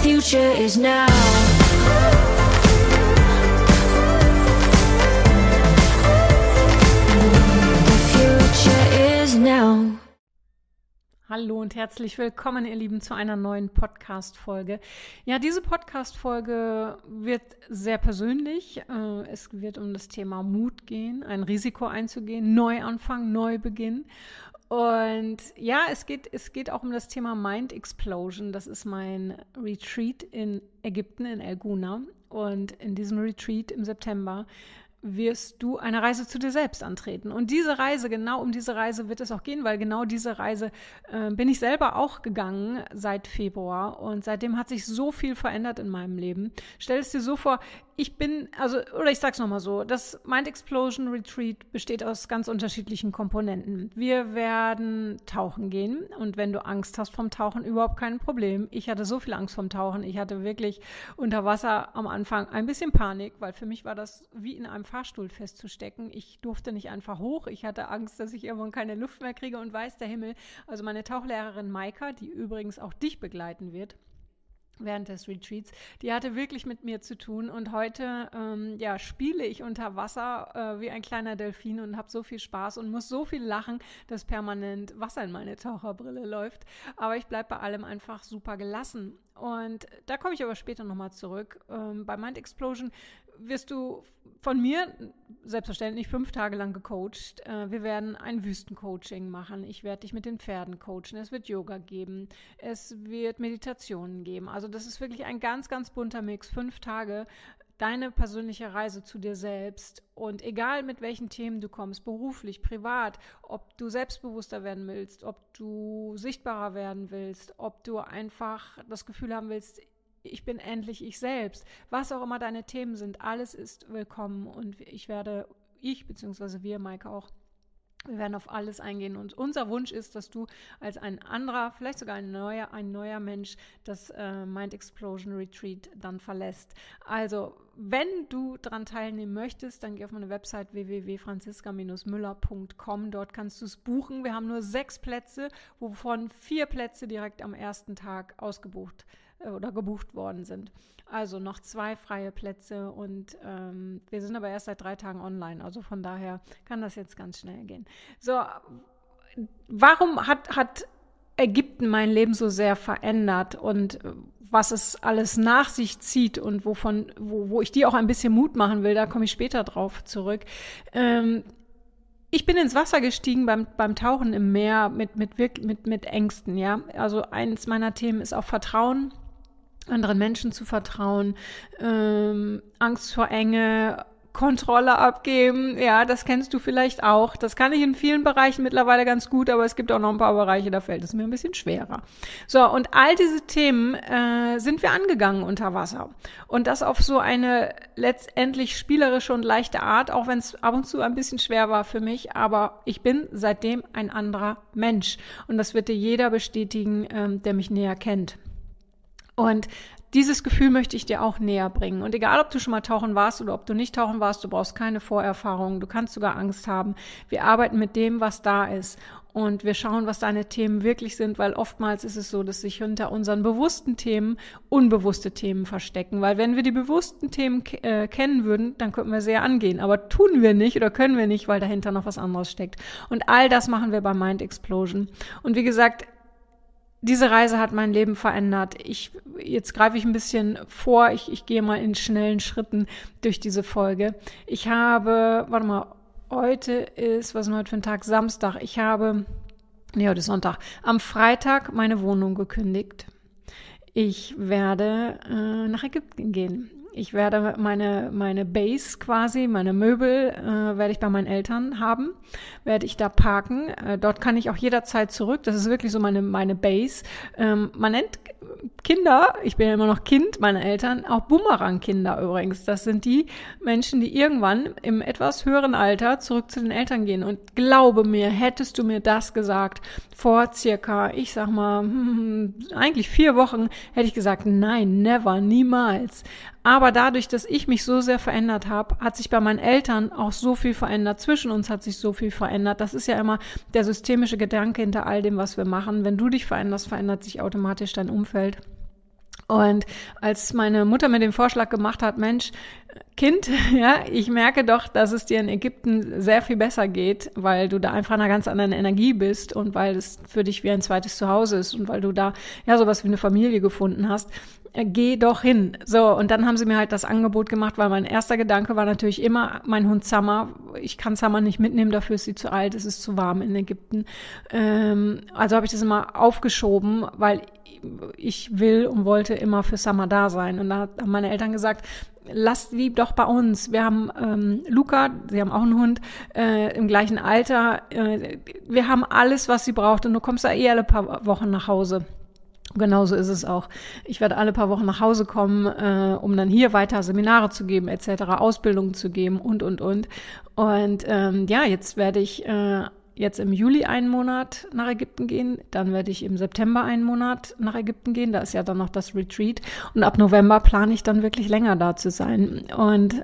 future is now. Hallo und herzlich willkommen, ihr Lieben, zu einer neuen Podcast-Folge. Ja, diese Podcast-Folge wird sehr persönlich. Es wird um das Thema Mut gehen, ein Risiko einzugehen, Neuanfang, Neubeginn. Und ja, es geht auch um das Thema Mind Explosion. Das ist mein Retreat in Ägypten, in El Gouna. Und in diesem Retreat im September wirst du eine Reise zu dir selbst antreten. Und diese Reise, genau um diese Reise wird es auch gehen, weil genau diese Reise bin ich selber auch gegangen seit Februar. Und seitdem hat sich so viel verändert in meinem Leben. Stell es dir so vor, ich sag's nochmal so, das Mind Explosion Retreat besteht aus ganz unterschiedlichen Komponenten. Wir werden tauchen gehen und wenn du Angst hast vom Tauchen, überhaupt kein Problem. Ich hatte so viel Angst vom Tauchen. Ich hatte wirklich unter Wasser am Anfang ein bisschen Panik, weil für mich war das wie in einem Fahrstuhl festzustecken. Ich durfte nicht einfach hoch. Ich hatte Angst, dass ich irgendwann keine Luft mehr kriege und weiß der Himmel. Also meine Tauchlehrerin Maika, die übrigens auch dich begleiten wird während des Retreats, die hatte wirklich mit mir zu tun und heute spiele ich unter Wasser wie ein kleiner Delfin und habe so viel Spaß und muss so viel lachen, dass permanent Wasser in meine Taucherbrille läuft. Aber ich bleibe bei allem einfach super gelassen. Und da komme ich aber später nochmal zurück. Bei Mind Explosion wirst du von mir selbstverständlich 5 Tage lang gecoacht. Wir werden ein Wüstencoaching machen. Ich werde dich mit den Pferden coachen. Es wird Yoga geben. Es wird Meditationen geben. Also das ist wirklich ein ganz, ganz bunter Mix. 5 Tage, deine persönliche Reise zu dir selbst. Und egal mit welchen Themen du kommst, beruflich, privat, ob du selbstbewusster werden willst, ob du sichtbarer werden willst, ob du einfach das Gefühl haben willst, ich bin endlich ich selbst. Was auch immer deine Themen sind, alles ist willkommen und beziehungsweise wir, Maike auch, wir werden auf alles eingehen und unser Wunsch ist, dass du als ein anderer, vielleicht sogar ein neuer Mensch das Mind Explosion Retreat dann verlässt. Also, wenn du daran teilnehmen möchtest, dann geh auf meine Website www.franziska-müller.com. Dort kannst du es buchen. Wir haben nur 6 Plätze, wovon 4 Plätze direkt am ersten Tag ausgebucht oder gebucht worden sind. Also noch 2 freie Plätze und wir sind aber erst seit 3 Tagen online, also von daher kann das jetzt ganz schnell gehen. So, warum hat Ägypten mein Leben so sehr verändert und was es alles nach sich zieht und wo ich dir auch ein bisschen Mut machen will, da komme ich später drauf zurück. Ich bin ins Wasser gestiegen beim Tauchen im Meer mit Ängsten, ja. Also eins meiner Themen ist auch Vertrauen, anderen Menschen zu vertrauen, Angst vor Enge, Kontrolle abgeben, ja, das kennst du vielleicht auch. Das kann ich in vielen Bereichen mittlerweile ganz gut, aber es gibt auch noch ein paar Bereiche, da fällt es mir ein bisschen schwerer. So, und all diese Themen sind wir angegangen unter Wasser. Und das auf so eine letztendlich spielerische und leichte Art, auch wenn es ab und zu ein bisschen schwer war für mich, aber ich bin seitdem ein anderer Mensch. Und das wird dir jeder bestätigen, der mich näher kennt. Und dieses Gefühl möchte ich dir auch näher bringen. Und egal, ob du schon mal tauchen warst oder ob du nicht tauchen warst, du brauchst keine Vorerfahrung, du kannst sogar Angst haben. Wir arbeiten mit dem, was da ist. Und wir schauen, was deine Themen wirklich sind, weil oftmals ist es so, dass sich hinter unseren bewussten Themen unbewusste Themen verstecken. Weil wenn wir die bewussten Themen kennen würden, dann könnten wir sie ja angehen. Aber tun wir nicht oder können wir nicht, weil dahinter noch was anderes steckt. Und all das machen wir bei Mind Explosion. Und wie gesagt, diese Reise hat mein Leben verändert. Jetzt greife ich ein bisschen vor. Ich gehe mal in schnellen Schritten durch diese Folge. Heute ist, was ist heute für ein Tag? Samstag. Heute ist Sonntag. Am Freitag meine Wohnung gekündigt. Ich werde nach Ägypten gehen. Ich werde meine Base quasi, meine Möbel werde ich bei meinen Eltern haben, werde ich da parken. Dort kann ich auch jederzeit zurück. Das ist wirklich so meine Base. Man nennt Kinder, ich bin ja immer noch Kind meiner Eltern, auch Bumerang-Kinder übrigens. Das sind die Menschen, die irgendwann im etwas höheren Alter zurück zu den Eltern gehen. Und glaube mir, hättest du mir das gesagt vor circa, ich sag mal, eigentlich 4 Wochen, hätte ich gesagt, nein, never, niemals. Aber dadurch, dass ich mich so sehr verändert habe, hat sich bei meinen Eltern auch so viel verändert. Zwischen uns hat sich so viel verändert. Das ist ja immer der systemische Gedanke hinter all dem, was wir machen. Wenn du dich veränderst, verändert sich automatisch dein Umfeld. Und als meine Mutter mir den Vorschlag gemacht hat, Mensch, Kind, ja, ich merke doch, dass es dir in Ägypten sehr viel besser geht, weil du da einfach in einer ganz anderen Energie bist und weil es für dich wie ein zweites Zuhause ist und weil du da ja sowas wie eine Familie gefunden hast. Geh doch hin. So, und dann haben sie mir halt das Angebot gemacht, weil mein erster Gedanke war natürlich immer, mein Hund Summer, ich kann Summer nicht mitnehmen, dafür ist sie zu alt, es ist zu warm in Ägypten. Also habe ich das immer aufgeschoben, weil ich will und wollte immer für Summer da sein. Und da haben meine Eltern gesagt, lass die doch bei uns. Wir haben Luca, sie haben auch einen Hund, im gleichen Alter. Wir haben alles, was sie braucht und du kommst da alle paar Wochen nach Hause. Genauso ist es auch. Ich werde alle paar Wochen nach Hause kommen, um dann hier weiter Seminare zu geben, etc., Ausbildungen zu geben und. Und jetzt werde ich jetzt im Juli einen Monat nach Ägypten gehen, dann werde ich im September einen Monat nach Ägypten gehen, da ist ja dann noch das Retreat und ab November plane ich dann wirklich länger da zu sein. Und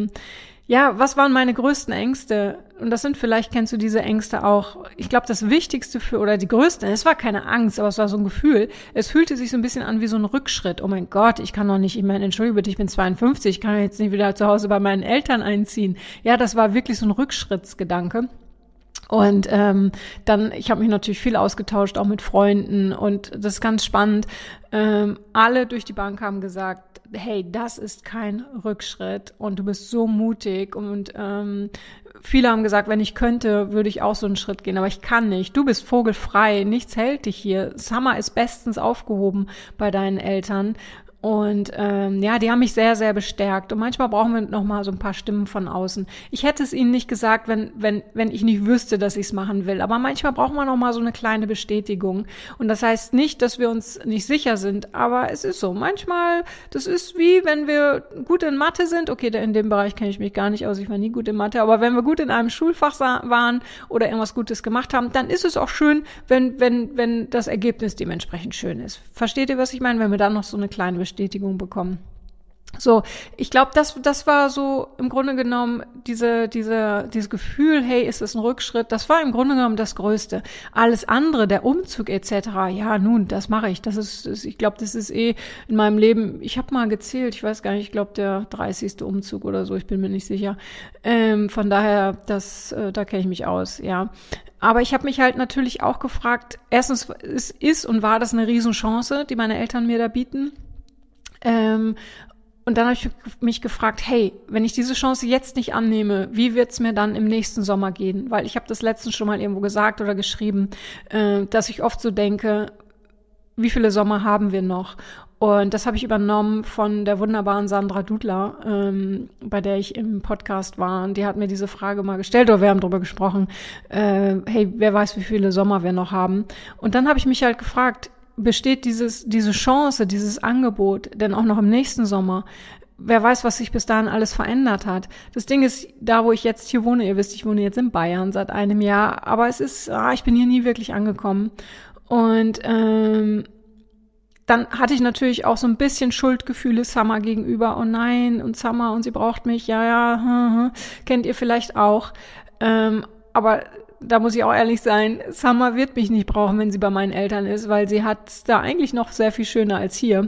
was waren meine größten Ängste? Und das sind, vielleicht kennst du diese Ängste auch. Ich glaube, das Wichtigste die größte, es war keine Angst, aber es war so ein Gefühl. Es fühlte sich so ein bisschen an wie so ein Rückschritt. Oh mein Gott, ich kann doch nicht, entschuldige bitte, ich bin 52, ich kann jetzt nicht wieder zu Hause bei meinen Eltern einziehen. Ja, das war wirklich so ein Rückschrittsgedanke. Und ich habe mich natürlich viel ausgetauscht, auch mit Freunden. Und das ist ganz spannend. Alle durch die Bank haben gesagt, hey, das ist kein Rückschritt und du bist so mutig. Und viele haben gesagt, wenn ich könnte, würde ich auch so einen Schritt gehen. Aber ich kann nicht. Du bist vogelfrei. Nichts hält dich hier. Summer ist bestens aufgehoben bei deinen Eltern. Und die haben mich sehr, sehr bestärkt. Und manchmal brauchen wir noch mal so ein paar Stimmen von außen. Ich hätte es ihnen nicht gesagt, wenn ich nicht wüsste, dass ich es machen will. Aber manchmal braucht man noch mal so eine kleine Bestätigung. Und das heißt nicht, dass wir uns nicht sicher sind. Aber es ist so. Manchmal, das ist wie, wenn wir gut in Mathe sind. Okay, in dem Bereich kenne ich mich gar nicht aus. Ich war nie gut in Mathe. Aber wenn wir gut in einem Schulfach waren oder irgendwas Gutes gemacht haben, dann ist es auch schön, wenn das Ergebnis dementsprechend schön ist. Versteht ihr, was ich meine? Wenn wir dann noch so eine kleine Bestätigung bekommen. So, ich glaube, das war so im Grunde genommen dieses Gefühl, hey, ist es ein Rückschritt? Das war im Grunde genommen das Größte. Alles andere, der Umzug etc., ja, nun, das mache ich. Ich glaube, das ist in meinem Leben, ich habe mal gezählt, ich weiß gar nicht, ich glaube, der 30. Umzug oder so, ich bin mir nicht sicher. Von daher, da kenne ich mich aus, ja. Aber ich habe mich halt natürlich auch gefragt, erstens, ist und war das eine Riesenchance, die meine Eltern mir da bieten? Und dann habe ich mich gefragt, hey, wenn ich diese Chance jetzt nicht annehme, wie wird's mir dann im nächsten Sommer gehen? Weil ich habe das letztens schon mal irgendwo gesagt oder geschrieben, dass ich oft so denke, wie viele Sommer haben wir noch? Und das habe ich übernommen von der wunderbaren Sandra Dudler, bei der ich im Podcast war. Und die hat mir diese Frage mal gestellt, oder wir haben darüber gesprochen, hey, wer weiß, wie viele Sommer wir noch haben? Und dann habe ich mich halt gefragt, besteht diese Chance, dieses Angebot denn auch noch im nächsten Sommer? Wer weiß, was sich bis dahin alles verändert hat. Das Ding ist, da wo ich jetzt hier wohne, ihr wisst, ich wohne jetzt in Bayern seit einem Jahr, aber ich bin hier nie wirklich angekommen. Und dann hatte ich natürlich auch so ein bisschen Schuldgefühle Summer gegenüber. Oh nein, und Summer, und sie braucht mich, kennt ihr vielleicht auch. Aber da muss ich auch ehrlich sein, Summer wird mich nicht brauchen, wenn sie bei meinen Eltern ist, weil sie hat es da eigentlich noch sehr viel schöner als hier.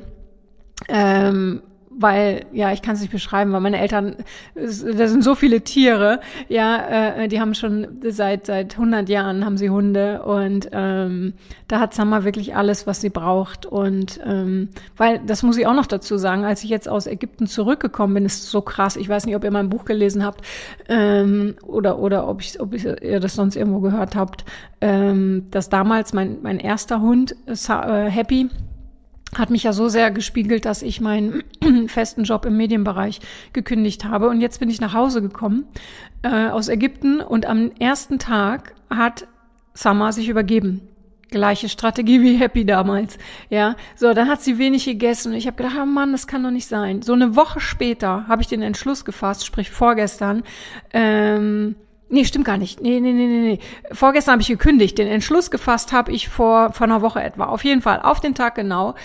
Weil, ich kann es nicht beschreiben, weil meine Eltern, da sind so viele Tiere, die haben schon seit 100 Jahren haben sie Hunde und da hat Summer wirklich alles, was sie braucht und weil, das muss ich auch noch dazu sagen, als ich jetzt aus Ägypten zurückgekommen bin, ist so krass, ich weiß nicht, ob ihr mein Buch gelesen habt oder ob ihr das sonst irgendwo gehört habt, dass damals mein erster Hund, Happy, hat mich ja so sehr gespiegelt, dass ich meinen festen Job im Medienbereich gekündigt habe. Und jetzt bin ich nach Hause gekommen aus Ägypten und am ersten Tag hat Summer sich übergeben. Gleiche Strategie wie Happy damals. Ja, so, dann hat sie wenig gegessen und ich habe gedacht, Mann, das kann doch nicht sein. So eine Woche später habe ich den Entschluss gefasst, sprich vorgestern, nee, stimmt gar nicht. Nee. Vorgestern habe ich gekündigt. Den Entschluss gefasst habe ich vor einer Woche etwa. Auf jeden Fall, auf den Tag genau.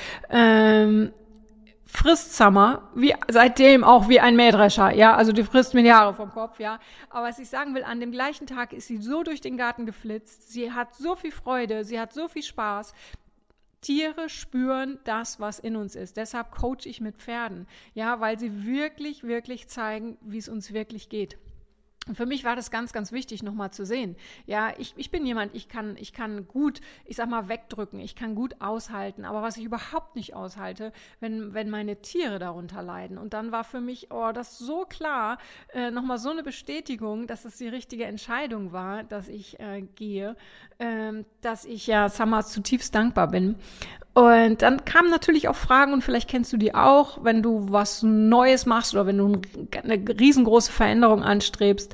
Frisst Summer, seitdem auch wie ein Mähdrescher, ja. Also die frisst mir die Haare vom Kopf, ja. Aber was ich sagen will, an dem gleichen Tag ist sie so durch den Garten geflitzt. Sie hat so viel Freude, sie hat so viel Spaß. Tiere spüren das, was in uns ist. Deshalb coache ich mit Pferden, ja, weil sie wirklich, wirklich zeigen, wie es uns wirklich geht. Und für mich war das ganz, ganz wichtig, nochmal zu sehen. Ja, ich bin jemand, ich kann gut, ich sag mal, wegdrücken, ich kann gut aushalten, aber was ich überhaupt nicht aushalte, wenn meine Tiere darunter leiden. Und dann war für mich, das so klar, nochmal so eine Bestätigung, dass es die richtige Entscheidung war, dass ich gehe, dass ich ja, sag mal, zutiefst dankbar bin. Und dann kamen natürlich auch Fragen, und vielleicht kennst du die auch, wenn du was Neues machst oder wenn du eine riesengroße Veränderung anstrebst,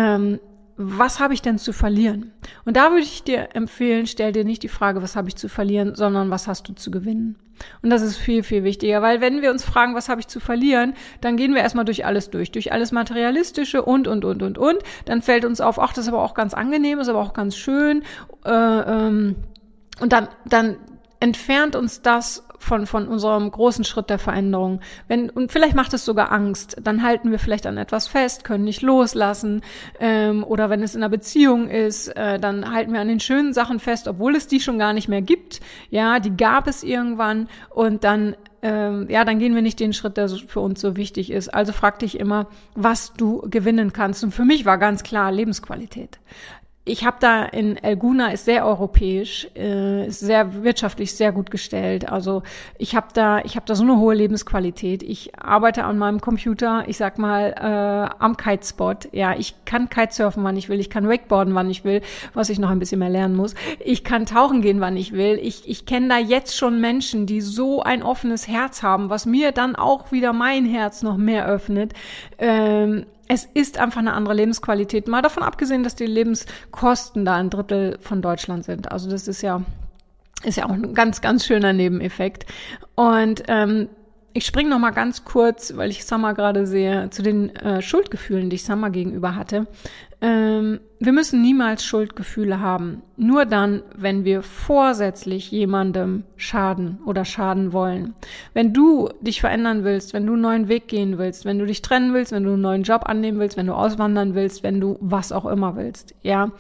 was habe ich denn zu verlieren? Und da würde ich dir empfehlen, stell dir nicht die Frage, was habe ich zu verlieren, sondern was hast du zu gewinnen? Und das ist viel, viel wichtiger, weil wenn wir uns fragen, was habe ich zu verlieren, dann gehen wir erstmal durch alles Materialistische und. Dann fällt uns auf, ach, das ist aber auch ganz angenehm, ist aber auch ganz schön. Und dann entfernt uns das von unserem großen Schritt der Veränderung. Und vielleicht macht es sogar Angst. Dann halten wir vielleicht an etwas fest, können nicht loslassen. Oder wenn es in einer Beziehung ist, dann halten wir an den schönen Sachen fest, obwohl es die schon gar nicht mehr gibt. Ja, die gab es irgendwann. Und dann dann gehen wir nicht den Schritt, der für uns so wichtig ist. Also frag dich immer, was du gewinnen kannst. Und für mich war ganz klar Lebensqualität. Ich habe da in Elguna, ist sehr europäisch, ist sehr wirtschaftlich sehr gut gestellt. Also ich habe da so eine hohe Lebensqualität. Ich arbeite an meinem Computer, ich sag mal, am Kitespot. Ja, ich kann Kitesurfen, wann ich will. Ich kann Wakeboarden, wann ich will, was ich noch ein bisschen mehr lernen muss. Ich kann tauchen gehen, wann ich will. Ich kenne da jetzt schon Menschen, die so ein offenes Herz haben, was mir dann auch wieder mein Herz noch mehr öffnet. Es ist einfach eine andere Lebensqualität. Mal davon abgesehen, dass die Lebenskosten da 1/3 von Deutschland sind. Also das ist ja auch ein ganz, ganz schöner Nebeneffekt. Und ich springe noch mal ganz kurz, weil ich Summer gerade sehe, zu den Schuldgefühlen, die ich Summer gegenüber hatte. Wir müssen niemals Schuldgefühle haben. Nur dann, wenn wir vorsätzlich jemandem schaden wollen. Wenn du dich verändern willst, wenn du einen neuen Weg gehen willst, wenn du dich trennen willst, wenn du einen neuen Job annehmen willst, wenn du auswandern willst, wenn du was auch immer willst, ja,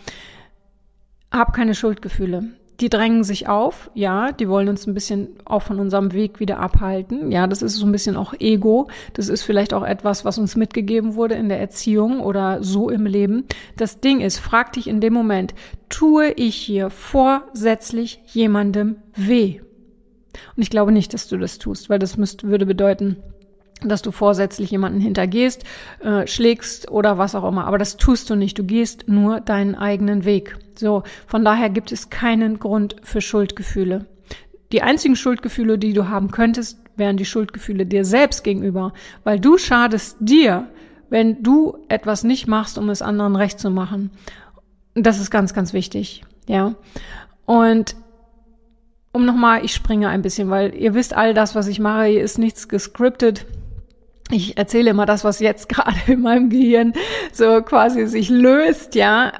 hab keine Schuldgefühle. Die drängen sich auf, ja, die wollen uns ein bisschen auch von unserem Weg wieder abhalten. Ja, das ist so ein bisschen auch Ego. Das ist vielleicht auch etwas, was uns mitgegeben wurde in der Erziehung oder so im Leben. Das Ding ist, frag dich in dem Moment, tue ich hier vorsätzlich jemandem weh? Und ich glaube nicht, dass du das tust, weil das würde bedeuten, dass du vorsätzlich jemanden hintergehst, schlägst oder was auch immer. Aber das tust du nicht. Du gehst nur deinen eigenen Weg. So, von daher gibt es keinen Grund für Schuldgefühle. Die einzigen Schuldgefühle, die du haben könntest, wären die Schuldgefühle dir selbst gegenüber. Weil du schadest dir, wenn du etwas nicht machst, um es anderen recht zu machen. Das ist ganz, ganz wichtig. Ja. Und ich springe ein bisschen, weil ihr wisst, all das, was ich mache, hier ist nichts gescriptet. Ich erzähle immer das, was jetzt gerade in meinem Gehirn so quasi sich löst, ja.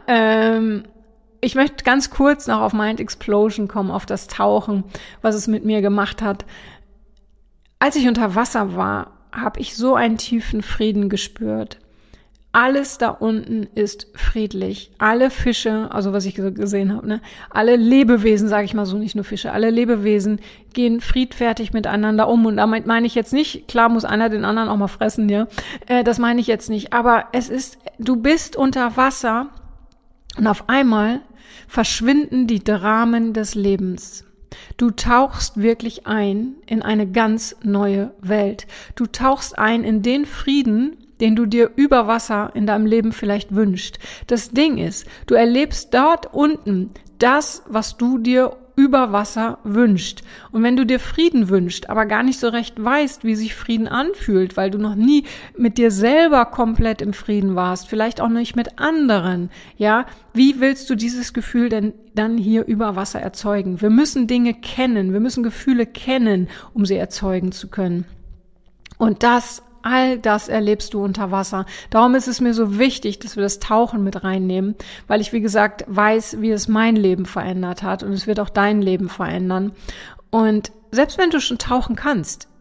Ich möchte ganz kurz noch auf Mind Explosion kommen, auf das Tauchen, was es mit mir gemacht hat. Als ich unter Wasser war, habe ich so einen tiefen Frieden gespürt. Alles da unten ist friedlich. Alle Fische, also was ich gesehen habe, ne, alle Lebewesen, sage ich mal so, nicht nur Fische, alle Lebewesen gehen friedfertig miteinander um. Und damit meine ich jetzt nicht, klar muss einer den anderen auch mal fressen, ja. Das meine ich jetzt nicht. Aber du bist unter Wasser und auf einmal verschwinden die Dramen des Lebens. Du tauchst wirklich ein in eine ganz neue Welt. Du tauchst ein in den Frieden, den du dir über Wasser in deinem Leben vielleicht wünschst. Das Ding ist, du erlebst dort unten das, was du dir über Wasser wünschst. Und wenn du dir Frieden wünschst, aber gar nicht so recht weißt, wie sich Frieden anfühlt, weil du noch nie mit dir selber komplett im Frieden warst, vielleicht auch nicht mit anderen, ja, wie willst du dieses Gefühl denn dann hier über Wasser erzeugen? Wir müssen Dinge kennen, wir müssen Gefühle kennen, um sie erzeugen zu können. Und all das erlebst du unter Wasser. Darum ist es mir so wichtig, dass wir das Tauchen mit reinnehmen, weil ich, wie gesagt, weiß, wie es mein Leben verändert hat und es wird auch dein Leben verändern. Und selbst wenn du schon tauchen kannst,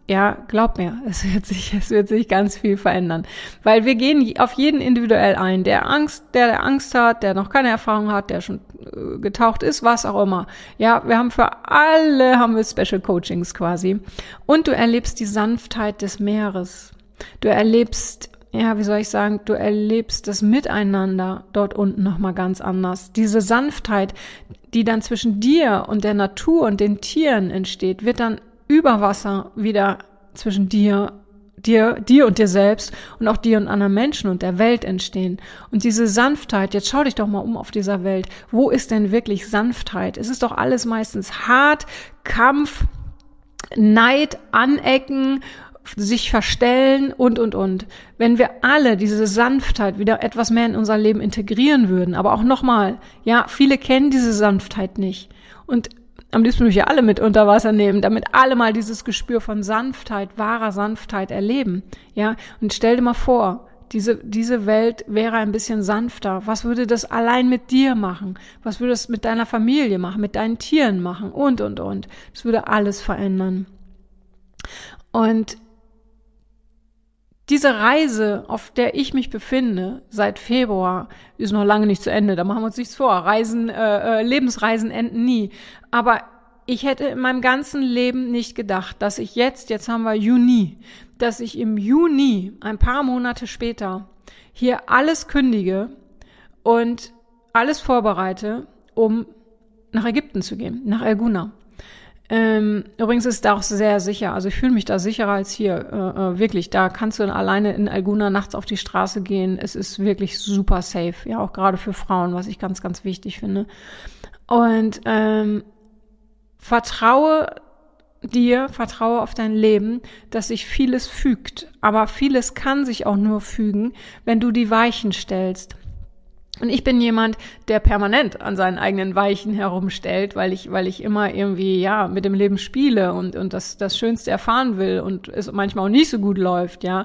Ja, glaub mir, es wird sich ganz viel verändern. Weil wir gehen auf jeden individuell ein. Der Angst hat, der noch keine Erfahrung hat, der schon getaucht ist, was auch immer. Ja, haben wir Special Coachings quasi. Und du erlebst die Sanftheit des Meeres. Du erlebst, du erlebst das Miteinander dort unten nochmal ganz anders. Diese Sanftheit, die dann zwischen dir und der Natur und den Tieren entsteht, wird dann über Wasser wieder zwischen dir und dir selbst und auch dir und anderen Menschen und der Welt entstehen. Und diese Sanftheit, jetzt schau dich doch mal um auf dieser Welt. Wo ist denn wirklich Sanftheit? Es ist doch alles meistens hart, Kampf, Neid, Anecken, sich verstellen und. Wenn wir alle diese Sanftheit wieder etwas mehr in unser Leben integrieren würden, aber auch nochmal, viele kennen diese Sanftheit nicht. Und am liebsten würde ich ja alle mit unter Wasser nehmen, damit alle mal dieses Gespür von Sanftheit, wahrer Sanftheit erleben. Ja, und stell dir mal vor, diese Welt wäre ein bisschen sanfter. Was würde das allein mit dir machen? Was würde es mit deiner Familie machen, mit deinen Tieren machen und. Das würde alles verändern. Und diese Reise, auf der ich mich befinde, seit Februar, ist noch lange nicht zu Ende, da machen wir uns nichts vor. Lebensreisen enden nie. Aber ich hätte in meinem ganzen Leben nicht gedacht, dass ich jetzt haben wir Juni, dass ich im Juni, ein paar Monate später, hier alles kündige und alles vorbereite, um nach Ägypten zu gehen, nach Elguna. Übrigens ist da auch sehr sicher, also ich fühle mich da sicherer als hier, wirklich, da kannst du alleine in Elguna nachts auf die Straße gehen, es ist wirklich super safe, ja, auch gerade für Frauen, was ich ganz, ganz wichtig finde. Und vertraue auf dein Leben, dass sich vieles fügt, aber vieles kann sich auch nur fügen, wenn du die Weichen stellst. Und ich bin jemand, der permanent an seinen eigenen Weichen herumstellt, weil ich immer irgendwie, mit dem Leben spiele und das Schönste erfahren will und es manchmal auch nicht so gut läuft, ja.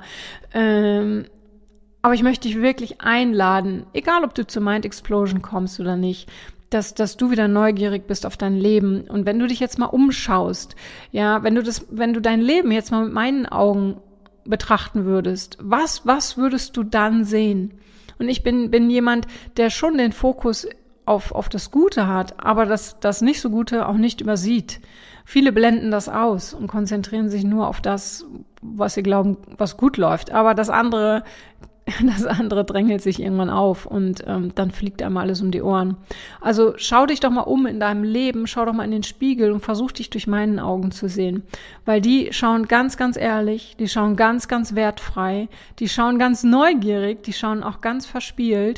Aber ich möchte dich wirklich einladen, egal ob du zur Mind Explosion kommst oder nicht, dass du wieder neugierig bist auf dein Leben. Und wenn du dich jetzt mal umschaust, wenn du dein Leben jetzt mal mit meinen Augen betrachten würdest, was würdest du dann sehen? Und ich bin jemand, der schon den Fokus auf das Gute hat, aber das nicht so Gute auch nicht übersieht. Viele blenden das aus und konzentrieren sich nur auf das, was sie glauben, was gut läuft. Aber das andere drängelt sich irgendwann auf und dann fliegt einem alles um die Ohren. Also schau dich doch mal um in deinem Leben, schau doch mal in den Spiegel und versuch dich durch meinen Augen zu sehen. Weil die schauen ganz, ganz ehrlich, die schauen ganz, ganz wertfrei, die schauen ganz neugierig, die schauen auch ganz verspielt.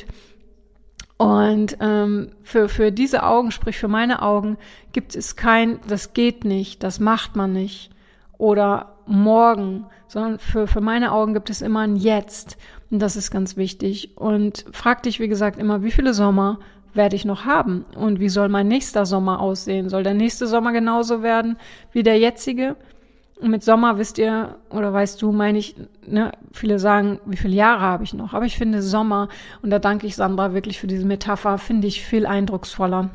Und für diese Augen, sprich für meine Augen, gibt es das geht nicht, das macht man nicht. Oder morgen, sondern für meine Augen gibt es immer ein Jetzt. Und das ist ganz wichtig. Und frag dich, wie gesagt, immer, wie viele Sommer werde ich noch haben? Und wie soll mein nächster Sommer aussehen? Soll der nächste Sommer genauso werden wie der jetzige? Und mit Sommer weißt du, meine ich, viele sagen, wie viele Jahre habe ich noch? Aber ich finde Sommer, und da danke ich Sandra wirklich für diese Metapher, finde ich viel eindrucksvoller.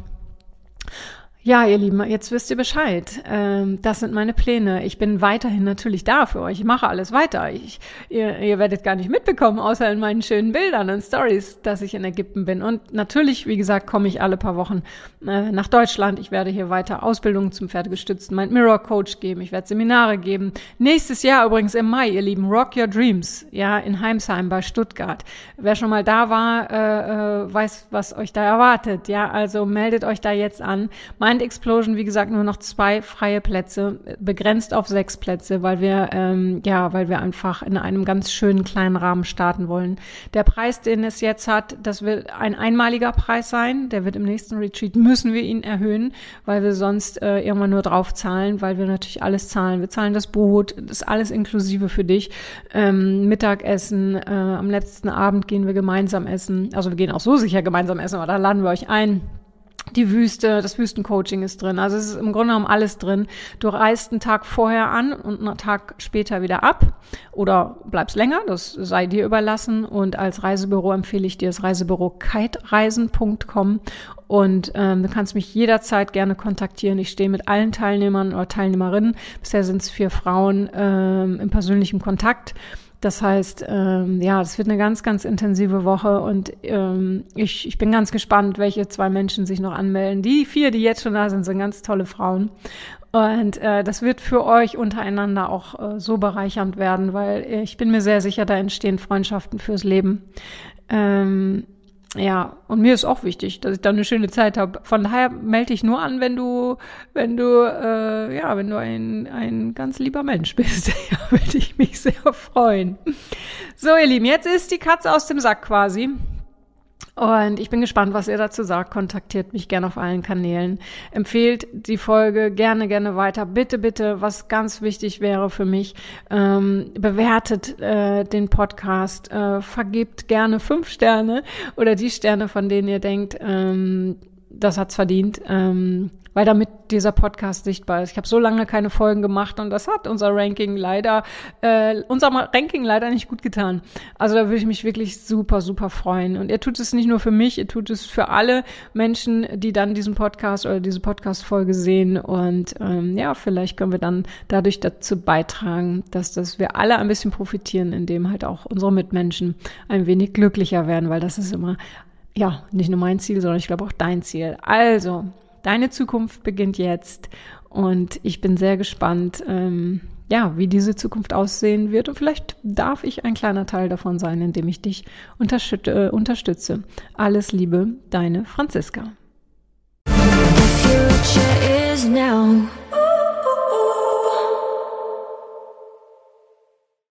Ja, ihr Lieben, jetzt wisst ihr Bescheid. Das sind meine Pläne. Ich bin weiterhin natürlich da für euch. Ich mache alles weiter. Ihr werdet gar nicht mitbekommen, außer in meinen schönen Bildern und Stories, dass ich in Ägypten bin. Und natürlich, wie gesagt, komme ich alle paar Wochen nach Deutschland. Ich werde hier weiter Ausbildungen zum pferdegestützten Mind Mirror Coach geben. Ich werde Seminare geben. Nächstes Jahr übrigens im Mai, ihr Lieben, Rock Your Dreams, in Heimsheim bei Stuttgart. Wer schon mal da war, weiß, was euch da erwartet. Ja, also meldet euch da jetzt an. Mind Explosion, wie gesagt, nur noch 2 freie Plätze, begrenzt auf 6 Plätze, weil wir einfach in einem ganz schönen kleinen Rahmen starten wollen. Der Preis, den es jetzt hat, das wird ein einmaliger Preis sein. Der wird im nächsten Retreat, müssen wir ihn erhöhen, weil wir sonst irgendwann nur drauf zahlen, weil wir natürlich alles zahlen. Wir zahlen das Boot, das ist alles inklusive für dich. Mittagessen, am letzten Abend gehen wir gemeinsam essen. Also wir gehen auch so sicher gemeinsam essen, aber da laden wir euch ein. die Wüste, das Wüstencoaching ist drin. Also es ist im Grunde genommen alles drin. Du reist einen Tag vorher an und einen Tag später wieder ab oder bleibst länger, das sei dir überlassen. Und als Reisebüro empfehle ich dir das Reisebüro kitereisen.com und du kannst mich jederzeit gerne kontaktieren. Ich stehe mit allen Teilnehmern oder Teilnehmerinnen, bisher sind es 4 Frauen, im persönlichen Kontakt. Das heißt, es wird eine ganz, ganz intensive Woche und ich bin ganz gespannt, welche 2 Menschen sich noch anmelden. Die 4, die jetzt schon da sind, sind ganz tolle Frauen. Und das wird für euch untereinander auch so bereichernd werden, weil ich bin mir sehr sicher, da entstehen Freundschaften fürs Leben. Und mir ist auch wichtig, dass ich da eine schöne Zeit habe. Von daher melde dich nur an, wenn du ein ganz lieber Mensch bist. Ja, würde ich mich sehr freuen. So, ihr Lieben, jetzt ist die Katze aus dem Sack quasi. Und ich bin gespannt, was ihr dazu sagt. Kontaktiert mich gerne auf allen Kanälen. Empfehlt die Folge gerne weiter. Bitte, bitte, was ganz wichtig wäre für mich, bewertet den Podcast, vergebt gerne 5 Sterne oder die Sterne, von denen ihr denkt, das hat's verdient, weil damit dieser Podcast sichtbar ist. Ich habe so lange keine Folgen gemacht und das hat unser Ranking leider nicht gut getan. Also da würde ich mich wirklich super, super freuen. Und ihr tut es nicht nur für mich, ihr tut es für alle Menschen, die dann diesen Podcast oder diese Podcast-Folge sehen. Und vielleicht können wir dann dadurch dazu beitragen, dass wir alle ein bisschen profitieren, indem halt auch unsere Mitmenschen ein wenig glücklicher werden, weil das ist immer, nicht nur mein Ziel, sondern ich glaube auch dein Ziel. Also, deine Zukunft beginnt jetzt und ich bin sehr gespannt, wie diese Zukunft aussehen wird und vielleicht darf ich ein kleiner Teil davon sein, indem ich dich unterstütze. Alles Liebe, deine Franziska. The future is now.